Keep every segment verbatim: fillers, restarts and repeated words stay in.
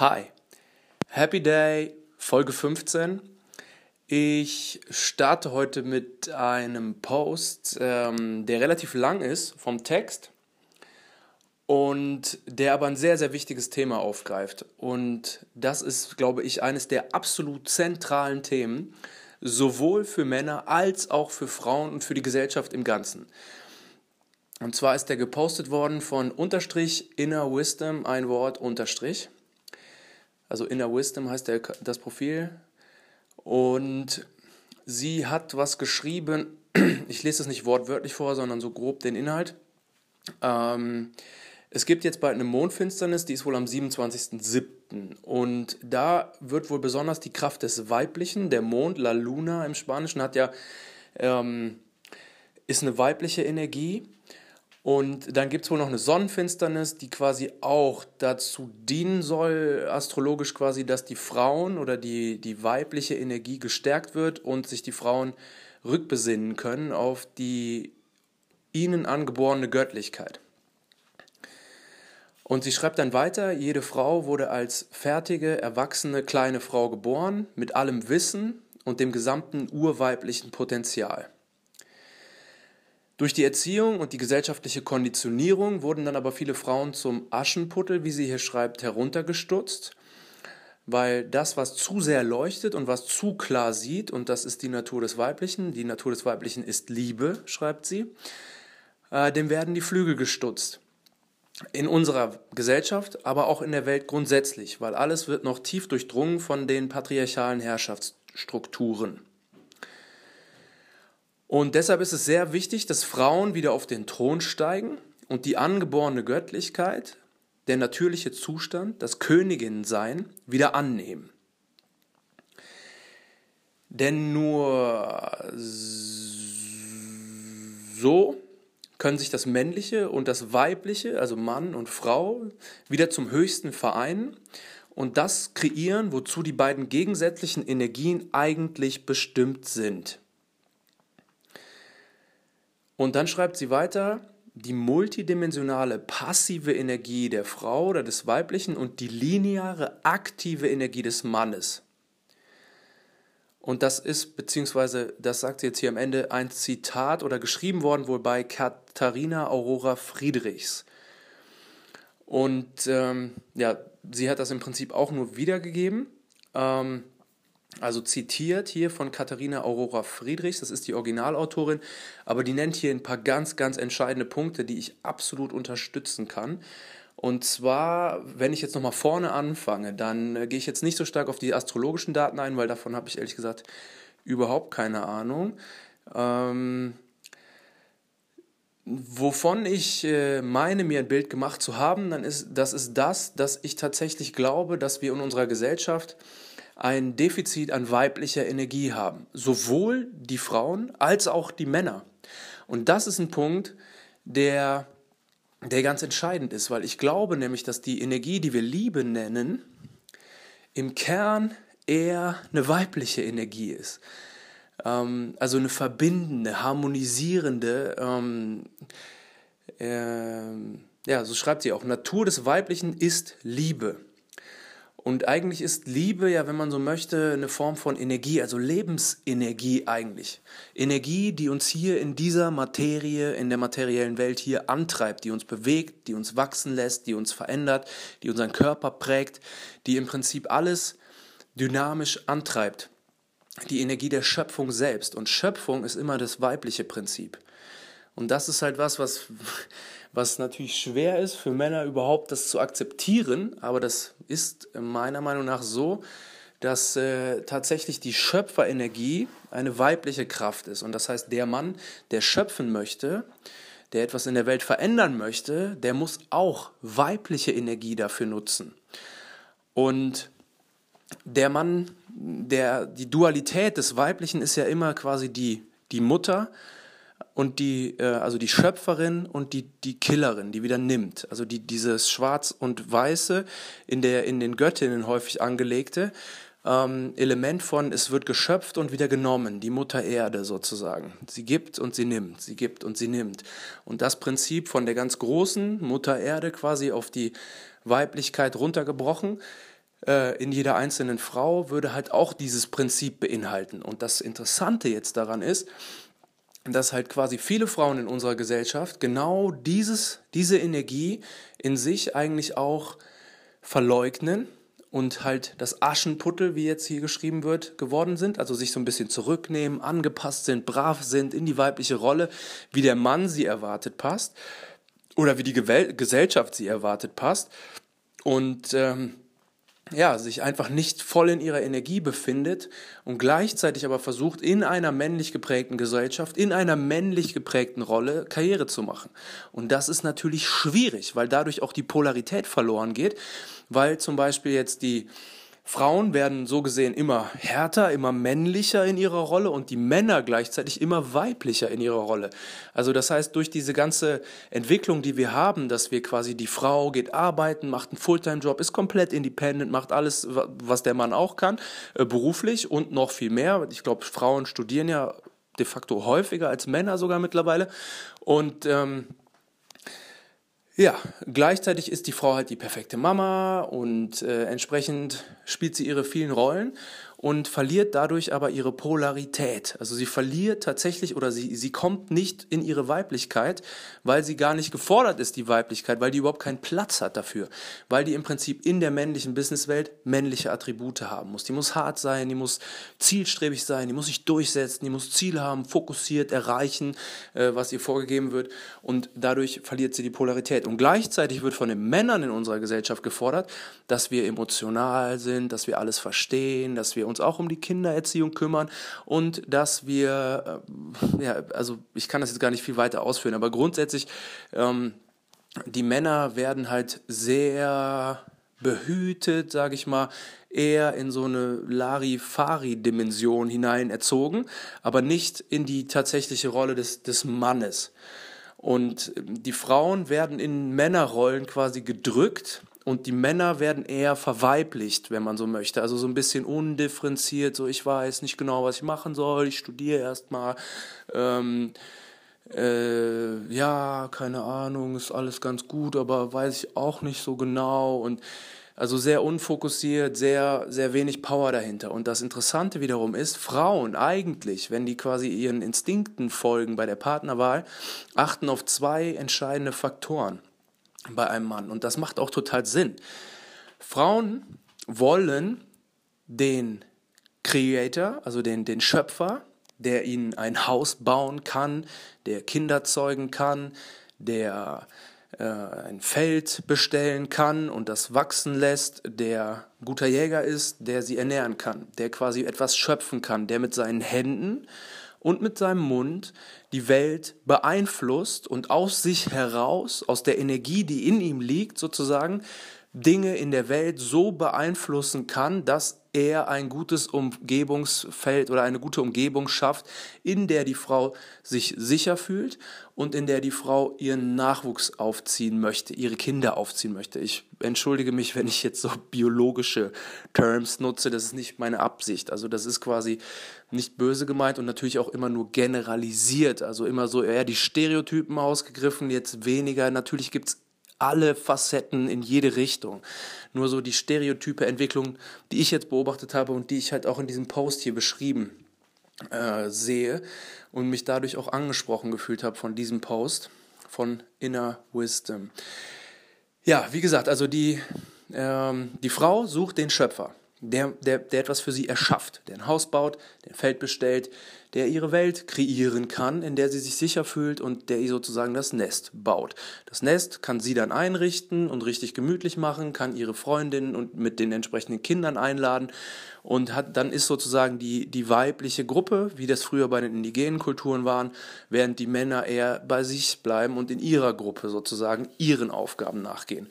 Hi, Happy Day, Folge fünfzehn. Ich starte heute mit einem Post, ähm, der relativ lang ist vom Text und der aber ein sehr, sehr wichtiges Thema aufgreift. Und das ist, glaube ich, eines der absolut zentralen Themen, sowohl für Männer als auch für Frauen und für die Gesellschaft im Ganzen. Und zwar ist der gepostet worden von Unterstrich Inner Wisdom, ein Wort Unterstrich. Also Inner Wisdom heißt der, das Profil. Und sie hat was geschrieben, ich lese es nicht wortwörtlich vor, sondern so grob den Inhalt. Ähm, es gibt jetzt bald eine Mondfinsternis, die ist wohl am siebenundzwanzigsten siebten Und da wird wohl besonders die Kraft des Weiblichen, der Mond, La Luna im Spanischen, hat ja, ähm, ist eine weibliche Energie. Und dann gibt es wohl noch eine Sonnenfinsternis, die quasi auch dazu dienen soll, astrologisch quasi, dass die Frauen oder die, die weibliche Energie gestärkt wird und sich die Frauen rückbesinnen können auf die ihnen angeborene Göttlichkeit. Und sie schreibt dann weiter, jede Frau wurde als fertige, erwachsene, kleine Frau geboren, mit allem Wissen und dem gesamten urweiblichen Potenzial. Durch die Erziehung und die gesellschaftliche Konditionierung wurden dann aber viele Frauen zum Aschenputtel, wie sie hier schreibt, heruntergestutzt, weil das, was zu sehr leuchtet und was zu klar sieht, und das ist die Natur des Weiblichen, die Natur des Weiblichen ist Liebe, schreibt sie, äh, dem werden die Flügel gestutzt. In unserer Gesellschaft, aber auch in der Welt grundsätzlich, weil alles wird noch tief durchdrungen von den patriarchalen Herrschaftsstrukturen. Und deshalb ist es sehr wichtig, dass Frauen wieder auf den Thron steigen und die angeborene Göttlichkeit, der natürliche Zustand, das Königinnensein, wieder annehmen. Denn nur so können sich das Männliche und das Weibliche, also Mann und Frau, wieder zum Höchsten vereinen und das kreieren, wozu die beiden gegensätzlichen Energien eigentlich bestimmt sind. Und dann schreibt sie weiter, die multidimensionale passive Energie der Frau oder des Weiblichen und die lineare aktive Energie des Mannes. Und das ist, beziehungsweise, das sagt sie jetzt hier am Ende, ein Zitat oder geschrieben worden wohl bei Katharina Aurora Friedrichs. Und ähm, ja, sie hat das im Prinzip auch nur wiedergegeben. Ähm, Also zitiert hier von Katharina Aurora Friedrichs, das ist die Originalautorin, aber die nennt hier ein paar ganz, ganz entscheidende Punkte, die ich absolut unterstützen kann. Und zwar, wenn ich jetzt nochmal vorne anfange, dann äh, gehe ich jetzt nicht so stark auf die astrologischen Daten ein, weil davon habe ich ehrlich gesagt überhaupt keine Ahnung. Ähm, wovon ich äh, meine, mir ein Bild gemacht zu haben, dann ist, das ist das, dass ich tatsächlich glaube, dass wir in unserer Gesellschaft ein Defizit an weiblicher Energie haben. Sowohl die Frauen als auch die Männer. Und das ist ein Punkt, der, der ganz entscheidend ist, weil ich glaube nämlich, dass die Energie, die wir Liebe nennen, im Kern eher eine weibliche Energie ist. Ähm, also eine verbindende, harmonisierende, ähm, äh, ja, so schreibt sie auch, Natur des Weiblichen ist Liebe. Und eigentlich ist Liebe ja, wenn man so möchte, eine Form von Energie, also Lebensenergie eigentlich. Energie, die uns hier in dieser Materie, in der materiellen Welt hier antreibt, die uns bewegt, die uns wachsen lässt, die uns verändert, die unseren Körper prägt, die im Prinzip alles dynamisch antreibt. Die Energie der Schöpfung selbst. Und Schöpfung ist immer das weibliche Prinzip. Und das ist halt was, was, was natürlich schwer ist für Männer überhaupt das zu akzeptieren, aber das ist meiner Meinung nach so, dass äh, tatsächlich die Schöpferenergie eine weibliche Kraft ist. Und das heißt, der Mann, der schöpfen möchte, der etwas in der Welt verändern möchte, der muss auch weibliche Energie dafür nutzen. Und der Mann, der, die Dualität des Weiblichen ist ja immer quasi die, die Mutter, und die, äh, also die Schöpferin und die, die Killerin, die wieder nimmt. Also die, dieses Schwarz und Weiße, in der in den Göttinnen häufig angelegte ähm, Element von, es wird geschöpft und wieder genommen, die Mutter Erde sozusagen. Sie gibt und sie nimmt, sie gibt und sie nimmt. Und das Prinzip von der ganz großen Mutter Erde quasi auf die Weiblichkeit runtergebrochen, äh, in jeder einzelnen Frau würde halt auch dieses Prinzip beinhalten. Und das Interessante jetzt daran ist, dass halt quasi viele Frauen in unserer Gesellschaft genau dieses, diese Energie in sich eigentlich auch verleugnen und halt das Aschenputtel, wie jetzt hier geschrieben wird, geworden sind, also sich so ein bisschen zurücknehmen, angepasst sind, brav sind, in die weibliche Rolle, wie der Mann sie erwartet passt oder wie die Gewel- Gesellschaft sie erwartet passt und ähm, ja, sich einfach nicht voll in ihrer Energie befindet und gleichzeitig aber versucht, in einer männlich geprägten Gesellschaft, in einer männlich geprägten Rolle Karriere zu machen. Und das ist natürlich schwierig, weil dadurch auch die Polarität verloren geht, weil zum Beispiel jetzt die Frauen werden so gesehen immer härter, immer männlicher in ihrer Rolle und die Männer gleichzeitig immer weiblicher in ihrer Rolle. Also das heißt, durch diese ganze Entwicklung, die wir haben, dass wir quasi die Frau geht arbeiten, macht einen Fulltime-Job, ist komplett independent, macht alles, was der Mann auch kann, äh, beruflich und noch viel mehr. Ich glaube, Frauen studieren ja de facto häufiger als Männer sogar mittlerweile und ähm, ja, gleichzeitig ist die Frau halt die perfekte Mama und äh, entsprechend spielt sie ihre vielen Rollen und verliert dadurch aber ihre Polarität. Also sie verliert tatsächlich oder sie, sie kommt nicht in ihre Weiblichkeit, weil sie gar nicht gefordert ist, die Weiblichkeit, weil die überhaupt keinen Platz hat dafür. Weil die im Prinzip in der männlichen Businesswelt männliche Attribute haben muss. Die muss hart sein, die muss zielstrebig sein, die muss sich durchsetzen, die muss Ziele haben, fokussiert, erreichen, äh, was ihr vorgegeben wird und dadurch verliert sie die Polarität. Und gleichzeitig wird von den Männern in unserer Gesellschaft gefordert, dass wir emotional sind, dass wir alles verstehen, dass wir uns auch um die Kindererziehung kümmern und dass wir, äh, ja, also ich kann das jetzt gar nicht viel weiter ausführen, aber grundsätzlich, ähm, die Männer werden halt sehr behütet, sage ich mal, eher in so eine Larifari-Dimension hinein erzogen, aber nicht in die tatsächliche Rolle des, des Mannes. Und die Frauen werden in Männerrollen quasi gedrückt und die Männer werden eher verweiblicht, wenn man so möchte. Also so ein bisschen undifferenziert, so ich weiß nicht genau, was ich machen soll, ich studiere erstmal, ähm, äh, ja, keine Ahnung, ist alles ganz gut, aber weiß ich auch nicht so genau und also sehr unfokussiert, sehr, sehr wenig Power dahinter. Und das Interessante wiederum ist, Frauen eigentlich, wenn die quasi ihren Instinkten folgen bei der Partnerwahl, achten auf zwei entscheidende Faktoren bei einem Mann. Und das macht auch total Sinn. Frauen wollen den Creator, also den, den Schöpfer, der ihnen ein Haus bauen kann, der Kinder zeugen kann, der äh, ein Feld bestellen kann und das wachsen lässt, der guter Jäger ist, der sie ernähren kann, der quasi etwas schöpfen kann, der mit seinen Händen und mit seinem Mund die Welt beeinflusst und aus sich heraus, aus der Energie, die in ihm liegt, sozusagen, Dinge in der Welt so beeinflussen kann, dass er ein gutes Umgebungsfeld oder eine gute Umgebung schafft, in der die Frau sich sicher fühlt und in der die Frau ihren Nachwuchs aufziehen möchte, ihre Kinder aufziehen möchte. Ich entschuldige mich, wenn ich jetzt so biologische Terms nutze, das ist nicht meine Absicht. Also das ist quasi nicht böse gemeint und natürlich auch immer nur generalisiert, also immer so eher die Stereotypen ausgegriffen, jetzt weniger. Natürlich gibt es alle Facetten in jede Richtung. Nur so die stereotype Entwicklung, die ich jetzt beobachtet habe und die ich halt auch in diesem Post hier beschrieben äh, sehe und mich dadurch auch angesprochen gefühlt habe von diesem Post von Inner Wisdom. Ja, wie gesagt, also die, ähm, die Frau sucht den Schöpfer, der, der, der etwas für sie erschafft, der ein Haus baut, der ein Feld bestellt, der ihre Welt kreieren kann, in der sie sich sicher fühlt und der ihr sozusagen das Nest baut. Das Nest kann sie dann einrichten und richtig gemütlich machen, kann ihre Freundinnen und mit den entsprechenden Kindern einladen und hat, dann ist sozusagen die, die weibliche Gruppe, wie das früher bei den indigenen Kulturen waren, während die Männer eher bei sich bleiben und in ihrer Gruppe sozusagen ihren Aufgaben nachgehen.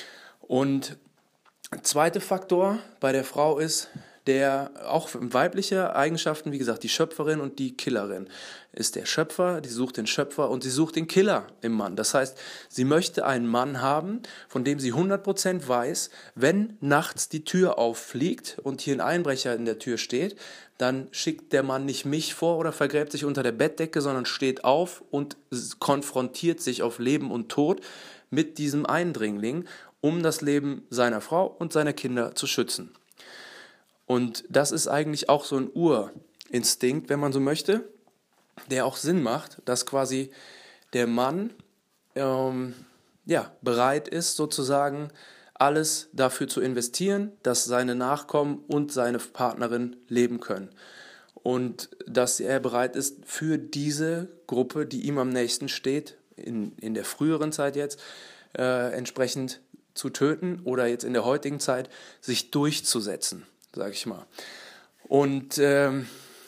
Und der zweite Faktor bei der Frau ist, der auch weibliche Eigenschaften, wie gesagt, die Schöpferin und die Killerin, ist der Schöpfer, die sucht den Schöpfer und sie sucht den Killer im Mann. Das heißt, sie möchte einen Mann haben, von dem sie hundert Prozent weiß, wenn nachts die Tür auffliegt und hier ein Einbrecher in der Tür steht, dann schickt der Mann nicht mich vor oder vergräbt sich unter der Bettdecke, sondern steht auf und konfrontiert sich auf Leben und Tod mit diesem Eindringling um das Leben seiner Frau und seiner Kinder zu schützen. Und das ist eigentlich auch so ein Urinstinkt, wenn man so möchte, der auch Sinn macht, dass quasi der Mann ähm, ja, bereit ist, sozusagen alles dafür zu investieren, dass seine Nachkommen und seine Partnerin leben können. Und dass er bereit ist, für diese Gruppe, die ihm am nächsten steht, in, in der früheren Zeit jetzt, äh, entsprechend zu töten oder jetzt in der heutigen Zeit sich durchzusetzen, sage ich mal. Und ähm,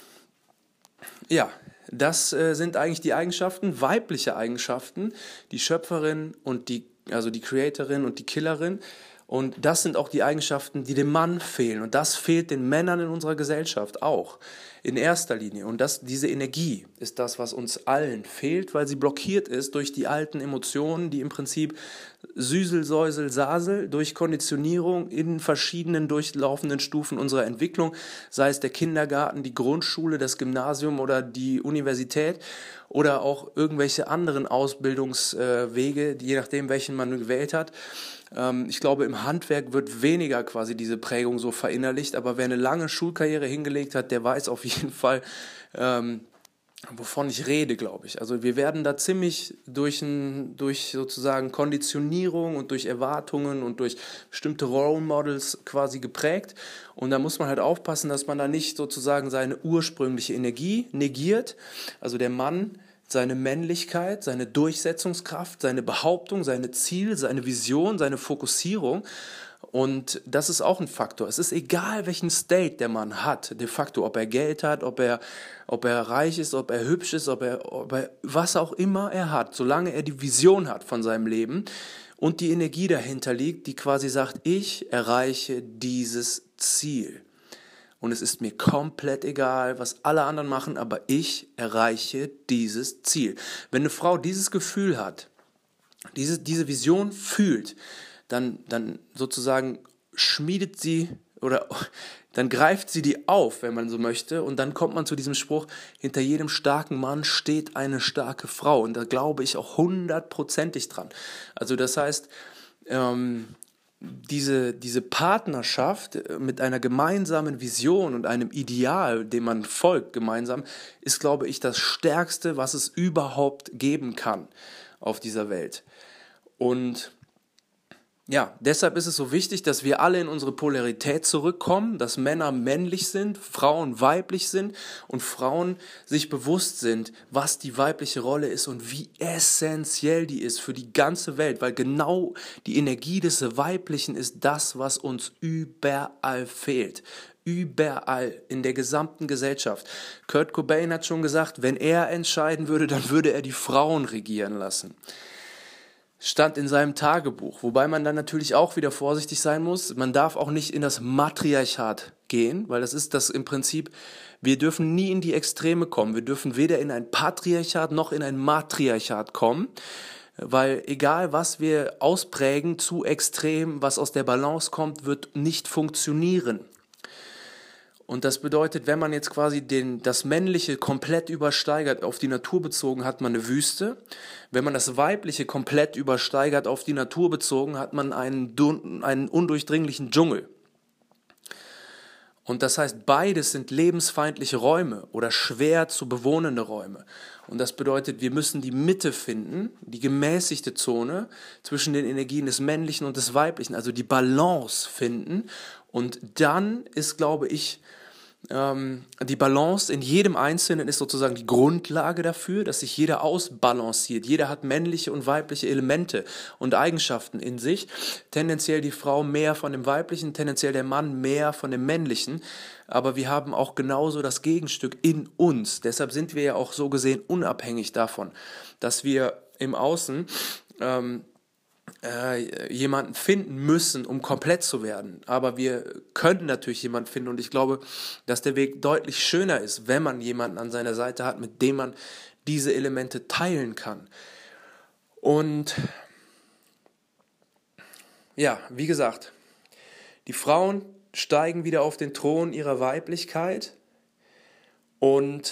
ja, das äh, sind eigentlich die Eigenschaften, weibliche Eigenschaften, die Schöpferin und die, also die Creatorin und die Killerin. Und das sind auch die Eigenschaften, die dem Mann fehlen. Und das fehlt den Männern in unserer Gesellschaft auch in erster Linie. Und das, diese Energie ist das, was uns allen fehlt, weil sie blockiert ist durch die alten Emotionen, die im Prinzip Süsel, Säusel, Sasel durch Konditionierung in verschiedenen durchlaufenden Stufen unserer Entwicklung, sei es der Kindergarten, die Grundschule, das Gymnasium oder die Universität oder auch irgendwelche anderen Ausbildungswege, je nachdem, welchen man gewählt hat. Ich glaube, im Handwerk wird weniger quasi diese Prägung so verinnerlicht, aber wer eine lange Schulkarriere hingelegt hat, der weiß auf jeden Fall, ähm, wovon ich rede, glaube ich. Also wir werden da ziemlich durch, ein, durch sozusagen Konditionierung und durch Erwartungen und durch bestimmte Role Models quasi geprägt. Und da muss man halt aufpassen, dass man da nicht sozusagen seine ursprüngliche Energie negiert. Also der Mann, seine Männlichkeit, seine Durchsetzungskraft, seine Behauptung, seine Ziel, seine Vision, seine Fokussierung. Und das ist auch ein Faktor. Es ist egal, welchen State der Mann hat, de facto, ob er Geld hat, ob er, ob er reich ist, ob er hübsch ist, ob er, ob er was auch immer er hat, solange er die Vision hat von seinem Leben und die Energie dahinter liegt, die quasi sagt, ich erreiche dieses Ziel. Und es ist mir komplett egal, was alle anderen machen, aber ich erreiche dieses Ziel. Wenn eine Frau dieses Gefühl hat, diese, diese Vision fühlt, dann, dann sozusagen schmiedet sie oder dann greift sie die auf, wenn man so möchte. Und dann kommt man zu diesem Spruch, hinter jedem starken Mann steht eine starke Frau. Und da glaube ich auch hundertprozentig dran. Also das heißt, ähm, Diese, diese Partnerschaft mit einer gemeinsamen Vision und einem Ideal, dem man folgt gemeinsam, ist, glaube ich, das Stärkste, was es überhaupt geben kann auf dieser Welt. Und ja, deshalb ist es so wichtig, dass wir alle in unsere Polarität zurückkommen, dass Männer männlich sind, Frauen weiblich sind und Frauen sich bewusst sind, was die weibliche Rolle ist und wie essentiell die ist für die ganze Welt, weil genau die Energie des Weiblichen ist das, was uns überall fehlt. Überall in der gesamten Gesellschaft. Kurt Cobain hat schon gesagt, wenn er entscheiden würde, dann würde er die Frauen regieren lassen. Stand in seinem Tagebuch, wobei man dann natürlich auch wieder vorsichtig sein muss. Man darf auch nicht in das Matriarchat gehen, weil das ist das im Prinzip, wir dürfen nie in die Extreme kommen. Wir dürfen weder in ein Patriarchat noch in ein Matriarchat kommen, weil egal was wir ausprägen, zu extrem, was aus der Balance kommt, wird nicht funktionieren. Und das bedeutet, wenn man jetzt quasi den, das Männliche komplett übersteigert, auf die Natur bezogen, hat man eine Wüste. Wenn man das Weibliche komplett übersteigert, auf die Natur bezogen, hat man einen, einen undurchdringlichen Dschungel. Und das heißt, beides sind lebensfeindliche Räume oder schwer zu bewohnende Räume. Und das bedeutet, wir müssen die Mitte finden, die gemäßigte Zone zwischen den Energien des Männlichen und des Weiblichen, also die Balance finden. Und dann ist, glaube ich, ähm, die Balance in jedem Einzelnen ist sozusagen die Grundlage dafür, dass sich jeder ausbalanciert. Jeder hat männliche und weibliche Elemente und Eigenschaften in sich. Tendenziell die Frau mehr von dem Weiblichen, tendenziell der Mann mehr von dem Männlichen. Aber wir haben auch genauso das Gegenstück in uns. Deshalb sind wir ja auch so gesehen unabhängig davon, dass wir im Außen ähm, Äh, jemanden finden müssen, um komplett zu werden. Aber wir können natürlich jemanden finden und ich glaube, dass der Weg deutlich schöner ist, wenn man jemanden an seiner Seite hat, mit dem man diese Elemente teilen kann. Und ja, wie gesagt, die Frauen steigen wieder auf den Thron ihrer Weiblichkeit und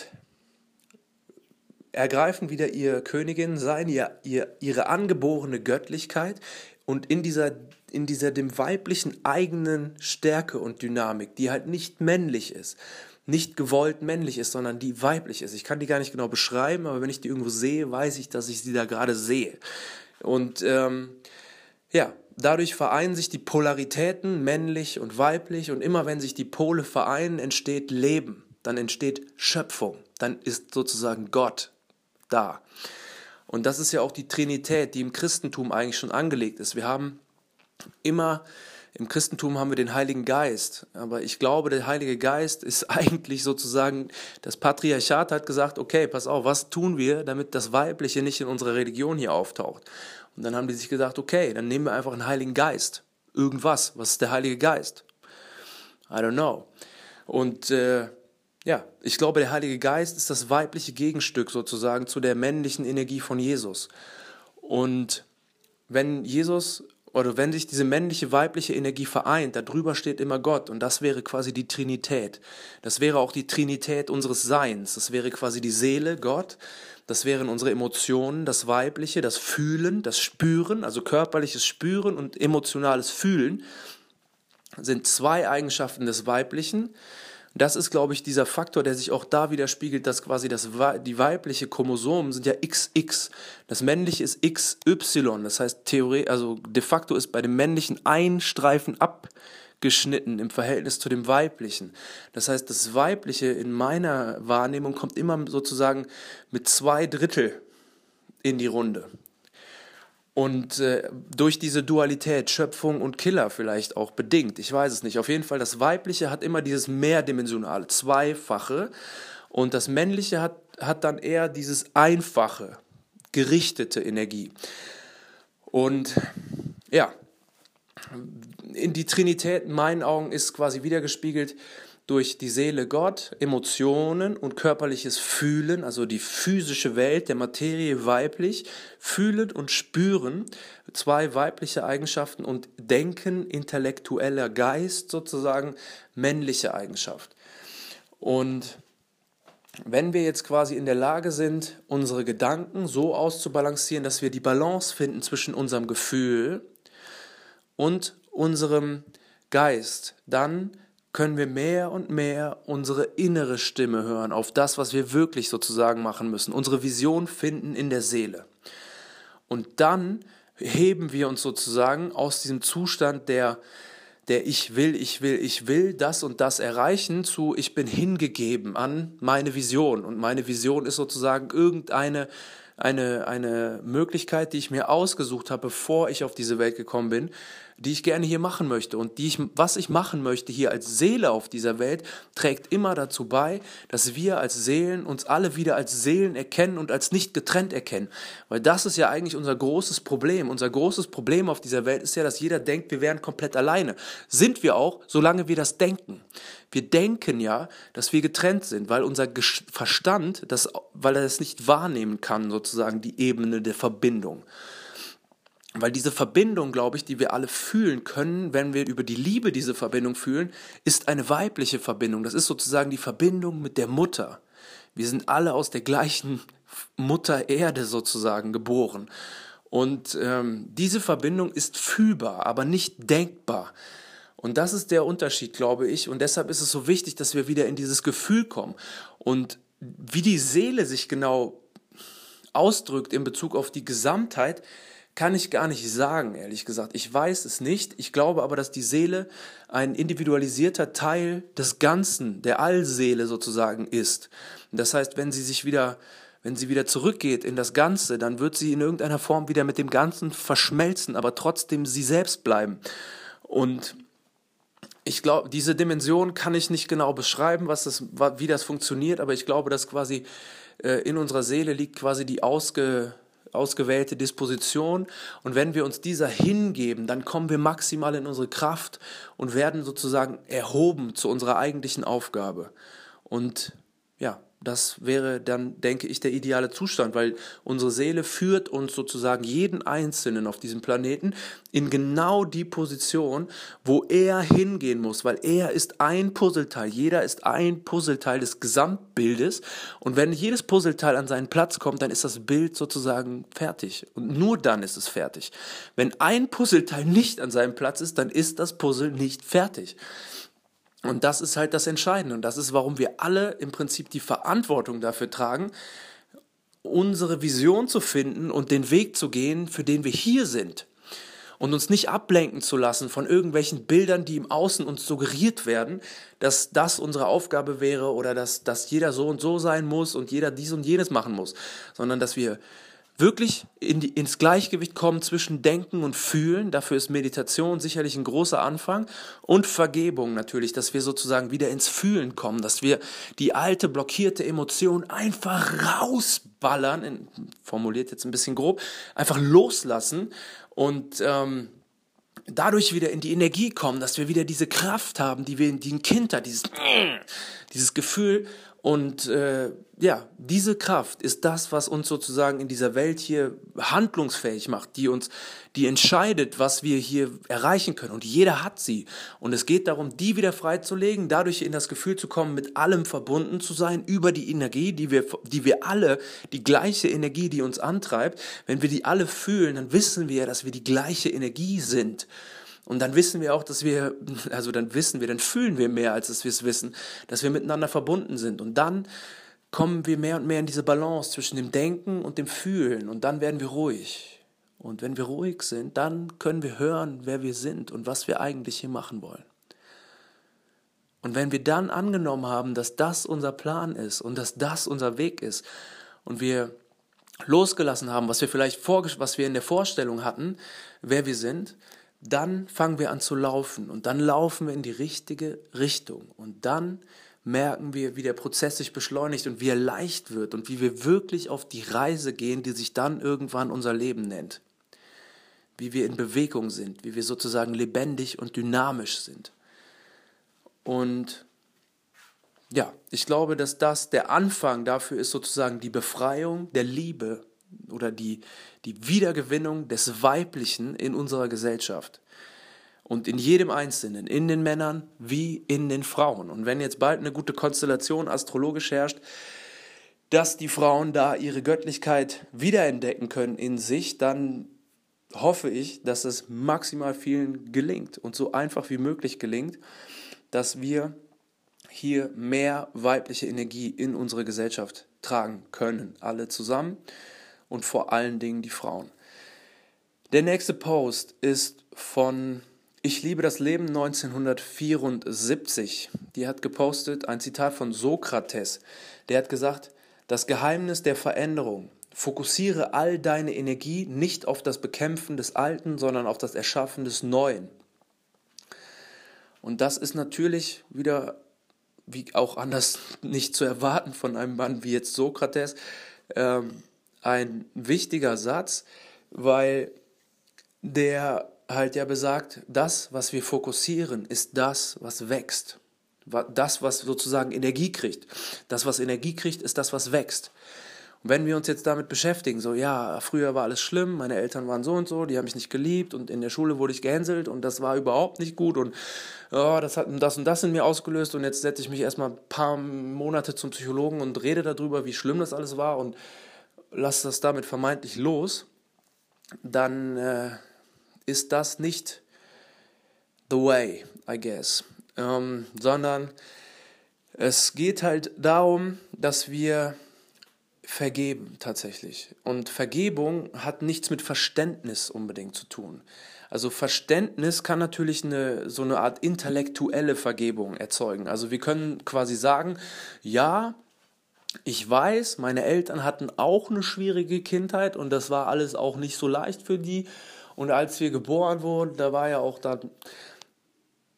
ergreifen wieder ihre Königin sein, ihr, ihr, ihre angeborene Göttlichkeit Und in dieser, in dieser dem weiblichen eigenen Stärke und Dynamik, die halt nicht männlich ist, nicht gewollt männlich ist, sondern die weiblich ist. Ich kann die gar nicht genau beschreiben, aber wenn ich die irgendwo sehe, weiß ich, dass ich sie da gerade sehe. Und ähm, ja, dadurch vereinen sich die Polaritäten, männlich und weiblich, und immer wenn sich die Pole vereinen, entsteht Leben, dann entsteht Schöpfung, dann ist sozusagen Gott da. Und das ist ja auch die Trinität, die im Christentum eigentlich schon angelegt ist. Wir haben immer, im Christentum haben wir den Heiligen Geist, aber ich glaube, der Heilige Geist ist eigentlich sozusagen, das Patriarchat hat gesagt, okay, pass auf, was tun wir, damit das Weibliche nicht in unserer Religion hier auftaucht? Und dann haben die sich gesagt, okay, dann nehmen wir einfach einen Heiligen Geist. Irgendwas, was ist der Heilige Geist? I don't know. Und äh, ja, ich glaube, der Heilige Geist ist das weibliche Gegenstück sozusagen zu der männlichen Energie von Jesus. Und wenn Jesus oder wenn sich diese männliche, weibliche Energie vereint, darüber steht immer Gott, und das wäre quasi die Trinität. Das wäre auch die Trinität unseres Seins. Das wäre quasi die Seele, Gott. Das wären unsere Emotionen, das Weibliche, das Fühlen, das Spüren, also körperliches Spüren und emotionales Fühlen sind zwei Eigenschaften des Weiblichen. Das ist, glaube ich, dieser Faktor, der sich auch da widerspiegelt, dass quasi das, die weibliche Chromosomen sind ja X X. Das männliche ist X Y. Das heißt, Theorie, also de facto ist bei dem männlichen ein Streifen abgeschnitten im Verhältnis zu dem weiblichen. Das heißt, das Weibliche in meiner Wahrnehmung kommt immer sozusagen mit zwei Drittel in die Runde. Und äh, durch diese Dualität, Schöpfung und Killer vielleicht auch bedingt, ich weiß es nicht. Auf jeden Fall, das Weibliche hat immer dieses mehrdimensionale, zweifache, und das Männliche hat, hat dann eher dieses einfache, gerichtete Energie. Und ja, in die Trinität in meinen Augen ist quasi wiedergespiegelt durch die Seele Gott, Emotionen und körperliches Fühlen, also die physische Welt der Materie weiblich, fühlen und spüren, zwei weibliche Eigenschaften, und Denken, intellektueller Geist sozusagen, männliche Eigenschaft. Und wenn wir jetzt quasi in der Lage sind, unsere Gedanken so auszubalancieren, dass wir die Balance finden zwischen unserem Gefühl und unserem Geist, dann können wir mehr und mehr unsere innere Stimme hören, auf das, was wir wirklich sozusagen machen müssen, unsere Vision finden in der Seele. Und dann heben wir uns sozusagen aus diesem Zustand der, der ich will, ich will, ich will das und das erreichen, zu ich bin hingegeben an meine Vision. Und meine Vision ist sozusagen irgendeine eine, eine Möglichkeit, die ich mir ausgesucht habe, bevor ich auf diese Welt gekommen bin, die ich gerne hier machen möchte. Und die ich, was ich machen möchte hier als Seele auf dieser Welt, trägt immer dazu bei, dass wir als Seelen uns alle wieder als Seelen erkennen und als nicht getrennt erkennen. Weil das ist ja eigentlich unser großes Problem. Unser großes Problem auf dieser Welt ist ja, dass jeder denkt, wir wären komplett alleine. Sind wir auch, solange wir das denken. Wir denken ja, dass wir getrennt sind, weil unser Verstand, das, weil er das nicht wahrnehmen kann, sozusagen die Ebene der Verbindung. Weil diese Verbindung, glaube ich, die wir alle fühlen können, wenn wir über die Liebe diese Verbindung fühlen, ist eine weibliche Verbindung. Das ist sozusagen die Verbindung mit der Mutter. Wir sind alle aus der gleichen Mutter Erde sozusagen geboren. Und ähm, diese Verbindung ist fühlbar, aber nicht denkbar. Und das ist der Unterschied, glaube ich. Und deshalb ist es so wichtig, dass wir wieder in dieses Gefühl kommen. Und wie die Seele sich genau ausdrückt in Bezug auf die Gesamtheit, kann ich gar nicht sagen, ehrlich gesagt. Ich weiß es nicht. Ich glaube aber, dass die Seele ein individualisierter Teil des Ganzen, der Allseele sozusagen ist. Das heißt, wenn sie sich wieder, wenn sie wieder zurückgeht in das Ganze, dann wird sie in irgendeiner Form wieder mit dem Ganzen verschmelzen, aber trotzdem sie selbst bleiben. Und ich glaube, diese Dimension kann ich nicht genau beschreiben, was das, wie das funktioniert, aber ich glaube, dass quasi äh, in unserer Seele liegt quasi die ausge ausgewählte Disposition, und wenn wir uns dieser hingeben, dann kommen wir maximal in unsere Kraft und werden sozusagen erhoben zu unserer eigentlichen Aufgabe. Und ja, das wäre dann, denke ich, der ideale Zustand, weil unsere Seele führt uns sozusagen jeden Einzelnen auf diesem Planeten in genau die Position, wo er hingehen muss, weil er ist ein Puzzleteil, jeder ist ein Puzzleteil des Gesamtbildes und wenn jedes Puzzleteil an seinen Platz kommt, dann ist das Bild sozusagen fertig und nur dann ist es fertig. Wenn ein Puzzleteil nicht an seinem Platz ist, dann ist das Puzzle nicht fertig. Und das ist halt das Entscheidende und das ist, warum wir alle im Prinzip die Verantwortung dafür tragen, unsere Vision zu finden und den Weg zu gehen, für den wir hier sind. Und uns nicht ablenken zu lassen von irgendwelchen Bildern, die im Außen uns suggeriert werden, dass das unsere Aufgabe wäre oder dass, dass jeder so und so sein muss und jeder dies und jenes machen muss, sondern dass wir wirklich in die, ins Gleichgewicht kommen zwischen Denken und Fühlen. Dafür ist Meditation sicherlich ein großer Anfang und Vergebung natürlich, dass wir sozusagen wieder ins Fühlen kommen, dass wir die alte blockierte Emotion einfach rausballern, in, formuliert jetzt ein bisschen grob, einfach loslassen und ähm, dadurch wieder in die Energie kommen, dass wir wieder diese Kraft haben, die wir, die ein Kind hat, dieses, dieses Gefühl. Und äh, ja, diese Kraft ist das, was uns sozusagen in dieser Welt hier handlungsfähig macht, die uns, die entscheidet, was wir hier erreichen können. Und jeder hat sie. Und es geht darum, die wieder freizulegen, dadurch in das Gefühl zu kommen, mit allem verbunden zu sein, über die Energie, die wir, die wir alle, die gleiche Energie, die uns antreibt. Wenn wir die alle fühlen, dann wissen wir, dass wir die gleiche Energie sind. Und dann wissen wir auch, dass wir, also dann wissen wir, dann fühlen wir mehr, als dass wir es wissen, dass wir miteinander verbunden sind. Und dann kommen wir mehr und mehr in diese Balance zwischen dem Denken und dem Fühlen. Und dann werden wir ruhig. Und wenn wir ruhig sind, dann können wir hören, wer wir sind und was wir eigentlich hier machen wollen. Und wenn wir dann angenommen haben, dass das unser Plan ist und dass das unser Weg ist und wir losgelassen haben, was wir vielleicht vor, was wir in der Vorstellung hatten, wer wir sind, dann fangen wir an zu laufen und dann laufen wir in die richtige Richtung und dann merken wir, wie der Prozess sich beschleunigt und wie er leicht wird und wie wir wirklich auf die Reise gehen, die sich dann irgendwann unser Leben nennt. Wie wir in Bewegung sind, wie wir sozusagen lebendig und dynamisch sind. Und ja, ich glaube, dass das der Anfang dafür ist, sozusagen die Befreiung der Liebe oder die, die Wiedergewinnung des Weiblichen in unserer Gesellschaft. Und in jedem Einzelnen, in den Männern wie in den Frauen. Und wenn jetzt bald eine gute Konstellation astrologisch herrscht, dass die Frauen da ihre Göttlichkeit wiederentdecken können in sich, dann hoffe ich, dass es maximal vielen gelingt und so einfach wie möglich gelingt, dass wir hier mehr weibliche Energie in unsere Gesellschaft tragen können, alle zusammen. Und vor allen Dingen die Frauen. Der nächste Post ist von Ich liebe das Leben neunzehnhundertvierundsiebzig. Die hat gepostet ein Zitat von Sokrates. Der hat gesagt, das Geheimnis der Veränderung. Fokussiere all deine Energie nicht auf das Bekämpfen des Alten, sondern auf das Erschaffen des Neuen. Und das ist natürlich wieder, wie auch anders nicht zu erwarten von einem Mann wie jetzt Sokrates, ähm, ein wichtiger Satz, weil der halt ja besagt, das, was wir fokussieren, ist das, was wächst. Das, was sozusagen Energie kriegt. Das, was Energie kriegt, ist das, was wächst. Und wenn wir uns jetzt damit beschäftigen, so ja, früher war alles schlimm, meine Eltern waren so und so, die haben mich nicht geliebt und in der Schule wurde ich gehänselt und das war überhaupt nicht gut und oh, das hat das und das in mir ausgelöst und jetzt setze ich mich erstmal ein paar Monate zum Psychologen und rede darüber, wie schlimm das alles war und lass das damit vermeintlich los, dann äh, ist das nicht the way, I guess. Ähm, sondern es geht halt darum, dass wir vergeben tatsächlich. Und Vergebung hat nichts mit Verständnis unbedingt zu tun. Also Verständnis kann natürlich eine, so eine Art intellektuelle Vergebung erzeugen. Also wir können quasi sagen, ja, ich weiß, meine Eltern hatten auch eine schwierige Kindheit und das war alles auch nicht so leicht für die. Und als wir geboren wurden, da war ja auch dann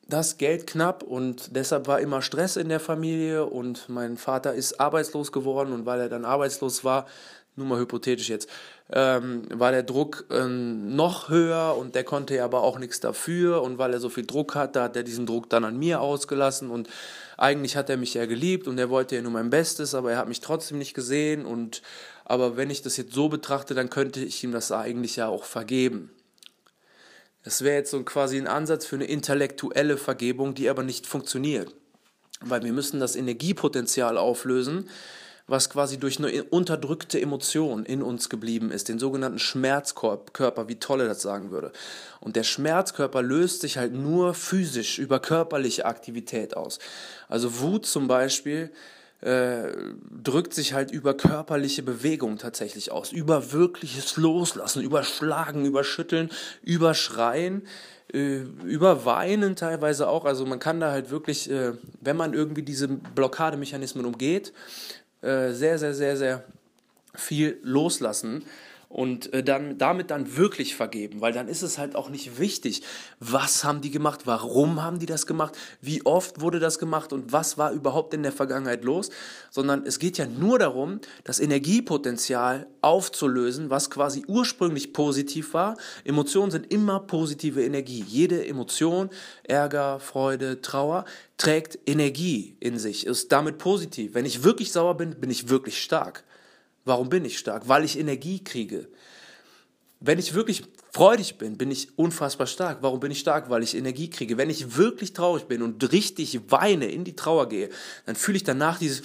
das Geld knapp und deshalb war immer Stress in der Familie und mein Vater ist arbeitslos geworden und weil er dann arbeitslos war, nur mal hypothetisch jetzt, ähm, war der Druck ähm, noch höher und der konnte ja aber auch nichts dafür und weil er so viel Druck hatte, hat er diesen Druck dann an mir ausgelassen und eigentlich hat er mich ja geliebt und er wollte ja nur mein Bestes, aber er hat mich trotzdem nicht gesehen und aber wenn ich das jetzt so betrachte, dann könnte ich ihm das eigentlich ja auch vergeben. Das wäre jetzt so quasi ein Ansatz für eine intellektuelle Vergebung, die aber nicht funktioniert, weil wir müssen das Energiepotenzial auflösen, was quasi durch eine unterdrückte Emotion in uns geblieben ist, den sogenannten Schmerzkörper, wie Tolle das sagen würde. Und der Schmerzkörper löst sich halt nur physisch über körperliche Aktivität aus. Also Wut zum Beispiel äh, drückt sich halt über körperliche Bewegung tatsächlich aus, über wirkliches Loslassen, über Schlagen, über Schütteln, über Schreien, äh, über Weinen teilweise auch. Also man kann da halt wirklich, äh, wenn man irgendwie diese Blockademechanismen umgeht, sehr, sehr, sehr, sehr viel loslassen und dann damit dann wirklich vergeben, weil dann ist es halt auch nicht wichtig, was haben die gemacht, warum haben die das gemacht, wie oft wurde das gemacht und was war überhaupt in der Vergangenheit los, sondern es geht ja nur darum, das Energiepotenzial aufzulösen, was quasi ursprünglich positiv war. Emotionen sind immer positive Energie. Jede Emotion, Ärger, Freude, Trauer, trägt Energie in sich, ist damit positiv. Wenn ich wirklich sauer bin, bin ich wirklich stark. Warum bin ich stark? Weil ich Energie kriege. Wenn ich wirklich freudig bin, bin ich unfassbar stark. Warum bin ich stark? Weil ich Energie kriege. Wenn ich wirklich traurig bin und richtig weine, in die Trauer gehe, dann fühle ich danach dieses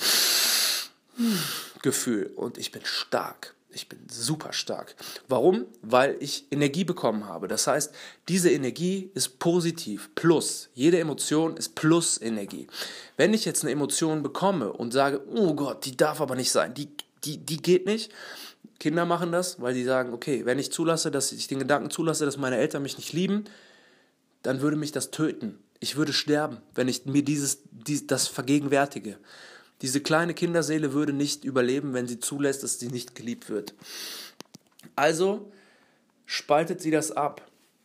Gefühl und ich bin stark. Ich bin super stark. Warum? Weil ich Energie bekommen habe. Das heißt, diese Energie ist positiv, plus. Jede Emotion ist Plus-Energie. Wenn ich jetzt eine Emotion bekomme und sage, oh Gott, die darf aber nicht sein, die Die, die geht nicht. Kinder machen das, weil die sagen, okay, wenn ich zulasse, dass ich den Gedanken zulasse, dass meine Eltern mich nicht lieben, dann würde mich das töten. Ich würde sterben, wenn ich mir dieses, dies, das vergegenwärtige. Diese kleine Kinderseele würde nicht überleben, wenn sie zulässt, dass sie nicht geliebt wird. Also spaltet sie das ab.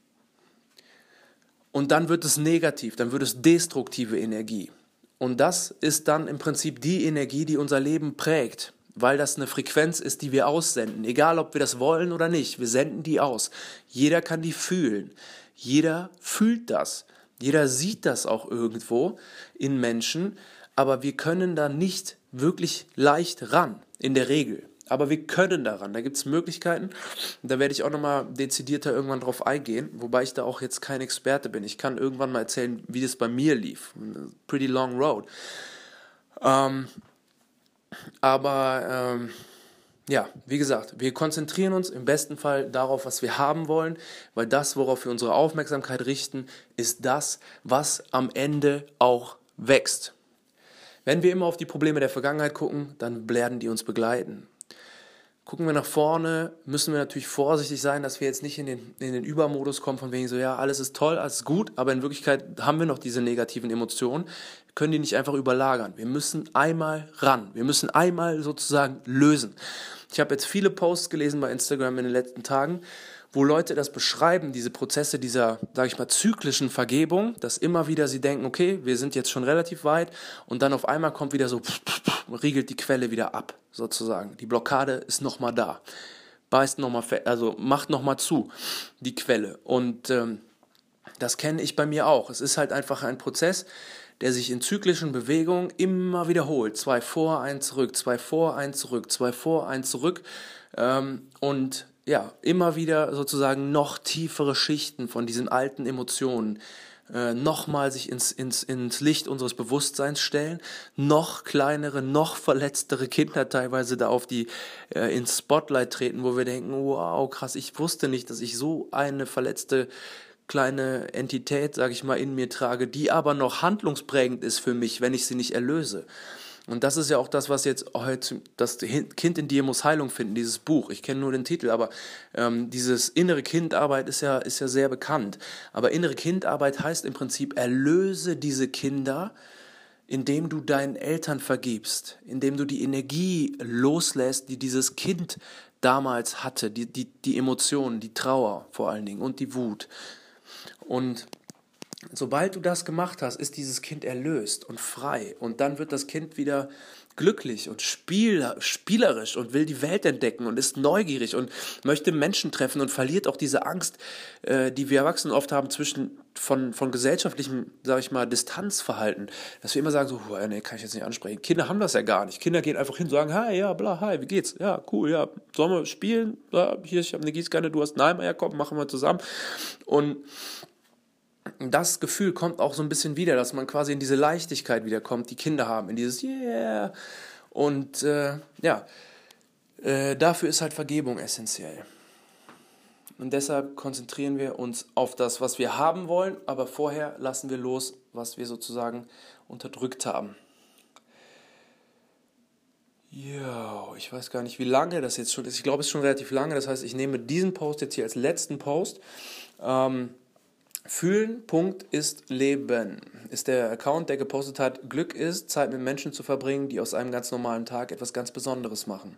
Und dann wird es negativ, dann wird es destruktive Energie. Und das ist dann im Prinzip die Energie, die unser Leben prägt. Weil das eine Frequenz ist, die wir aussenden. Egal, ob wir das wollen oder nicht, wir senden die aus. Jeder kann die fühlen. Jeder fühlt das. Jeder sieht das auch irgendwo in Menschen, aber wir können da nicht wirklich leicht ran, in der Regel. Aber wir können daran, da gibt es Möglichkeiten. Da werde ich auch nochmal dezidierter irgendwann drauf eingehen, wobei ich da auch jetzt kein Experte bin. Ich kann irgendwann mal erzählen, wie das bei mir lief. Pretty long road. Ähm... Aber ähm, ja, wie gesagt, wir konzentrieren uns im besten Fall darauf, was wir haben wollen, weil das, worauf wir unsere Aufmerksamkeit richten, ist das, was am Ende auch wächst. Wenn wir immer auf die Probleme der Vergangenheit gucken, dann werden die uns begleiten. Gucken wir nach vorne, müssen wir natürlich vorsichtig sein, dass wir jetzt nicht in den, in den Übermodus kommen, von wegen so, ja, alles ist toll, alles ist gut, aber in Wirklichkeit haben wir noch diese negativen Emotionen, können die nicht einfach überlagern. Wir müssen einmal ran, wir müssen einmal sozusagen lösen. Ich habe jetzt viele Posts gelesen bei Instagram in den letzten Tagen, wo Leute das beschreiben, diese Prozesse dieser, sage ich mal, zyklischen Vergebung, dass immer wieder sie denken, okay, wir sind jetzt schon relativ weit und dann auf einmal kommt wieder so, pff, pff, pff, riegelt die Quelle wieder ab, sozusagen. Die Blockade ist nochmal da, beißt nochmal, also macht nochmal zu, die Quelle. Und ähm, das kenne ich bei mir auch. Es ist halt einfach ein Prozess, der sich in zyklischen Bewegungen immer wiederholt. Zwei vor, ein zurück, zwei vor, ein zurück, zwei vor, ein zurück. Ähm, und ja, immer wieder sozusagen noch tiefere Schichten von diesen alten Emotionen äh, nochmal sich ins, ins, ins Licht unseres Bewusstseins stellen, noch kleinere, noch verletztere Kinder teilweise da auf die, äh, ins Spotlight treten, wo wir denken, wow, krass, ich wusste nicht, dass ich so eine verletzte kleine Entität, sage ich mal, in mir trage, die aber noch handlungsprägend ist für mich, wenn ich sie nicht erlöse. Und das ist ja auch das, was jetzt heute, das Kind in dir muss Heilung finden, dieses Buch. Ich kenne nur den Titel, aber ähm, dieses innere Kindarbeit ist ja, ist ja sehr bekannt. Aber innere Kindarbeit heißt im Prinzip, erlöse diese Kinder, indem du deinen Eltern vergibst, indem du die Energie loslässt, die dieses Kind damals hatte, die, die, die Emotionen, die Trauer vor allen Dingen und die Wut. Und sobald du das gemacht hast, ist dieses Kind erlöst und frei. Und dann wird das Kind wieder glücklich und spiel, spielerisch und will die Welt entdecken und ist neugierig und möchte Menschen treffen und verliert auch diese Angst, äh, die wir Erwachsenen oft haben zwischen von, von gesellschaftlichem, sage ich mal, Distanzverhalten. Dass wir immer sagen so, oh, nee, kann ich jetzt nicht ansprechen. Kinder haben das ja gar nicht. Kinder gehen einfach hin und sagen, hi, ja, bla, hi, wie geht's? Ja, cool, ja, sollen wir spielen? Ja, hier, ich habe eine Gießkanne, du hast einen Eimer, ja, komm, machen wir zusammen. Und das Gefühl kommt auch so ein bisschen wieder, dass man quasi in diese Leichtigkeit wiederkommt, die Kinder haben, in dieses Yeah. Und äh, ja, äh, dafür ist halt Vergebung essentiell. Und deshalb konzentrieren wir uns auf das, was wir haben wollen, aber vorher lassen wir los, was wir sozusagen unterdrückt haben. Ja, ich weiß gar nicht, wie lange das jetzt schon ist. Ich glaube, es ist schon relativ lange. Das heißt, ich nehme diesen Post jetzt hier als letzten Post. Ähm, Fühlen, Punkt, ist Leben. Ist der Account, der gepostet hat, Glück ist, Zeit mit Menschen zu verbringen, die aus einem ganz normalen Tag etwas ganz Besonderes machen.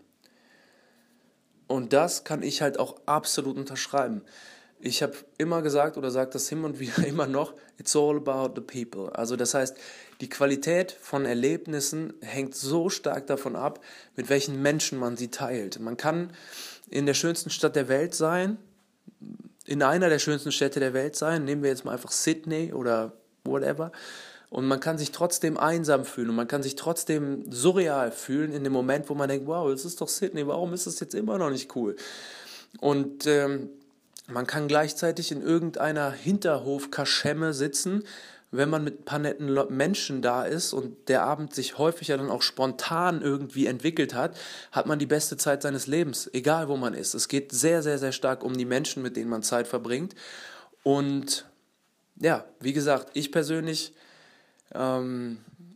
Und das kann ich halt auch absolut unterschreiben. Ich habe immer gesagt oder sage das hin und wieder immer noch, it's all about the people. Also das heißt, die Qualität von Erlebnissen hängt so stark davon ab, mit welchen Menschen man sie teilt. Man kann in der schönsten Stadt der Welt sein, in einer der schönsten Städte der Welt sein, nehmen wir jetzt mal einfach Sydney oder whatever, und man kann sich trotzdem einsam fühlen und man kann sich trotzdem surreal fühlen in dem Moment, wo man denkt, wow, das ist doch Sydney, warum ist das jetzt immer noch nicht cool? Und ähm, man kann gleichzeitig in irgendeiner Hinterhof-Kaschemme sitzen, wenn man mit ein paar netten Menschen da ist und der Abend sich häufig ja dann auch spontan irgendwie entwickelt hat, hat man die beste Zeit seines Lebens, egal wo man ist. Es geht sehr, sehr, sehr stark um die Menschen, mit denen man Zeit verbringt. Und ja, wie gesagt, ich persönlich ähm,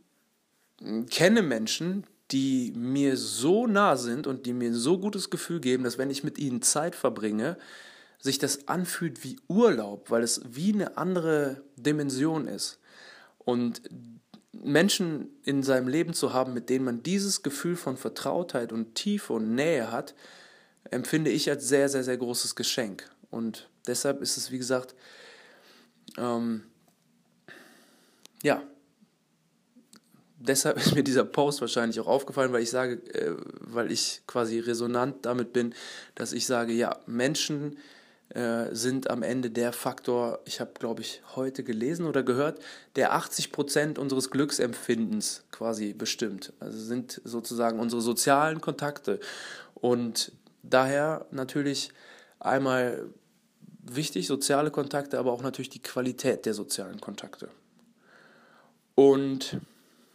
kenne Menschen, die mir so nah sind und die mir ein so gutes Gefühl geben, dass wenn ich mit ihnen Zeit verbringe, sich das anfühlt wie Urlaub, weil es wie eine andere Dimension ist. Und Menschen in seinem Leben zu haben, mit denen man dieses Gefühl von Vertrautheit und Tiefe und Nähe hat, empfinde ich als sehr, sehr, sehr großes Geschenk. Und deshalb ist es, wie gesagt, ähm, ja, deshalb ist mir dieser Post wahrscheinlich auch aufgefallen, weil ich sage, äh, weil ich quasi resonant damit bin, dass ich sage, ja, Menschen äh, sind am Ende der Faktor, ich habe, glaube ich, heute gelesen oder gehört, der achtzig Prozent unseres Glücksempfindens quasi bestimmt. Also sind sozusagen unsere sozialen Kontakte. Und daher natürlich einmal wichtig, soziale Kontakte, aber auch natürlich die Qualität der sozialen Kontakte. Und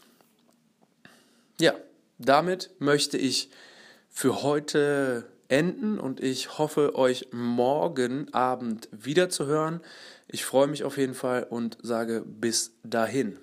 ja, damit möchte ich für heute enden und ich hoffe, euch morgen Abend wieder zu hören. Ich freue mich auf jeden Fall und sage bis dahin.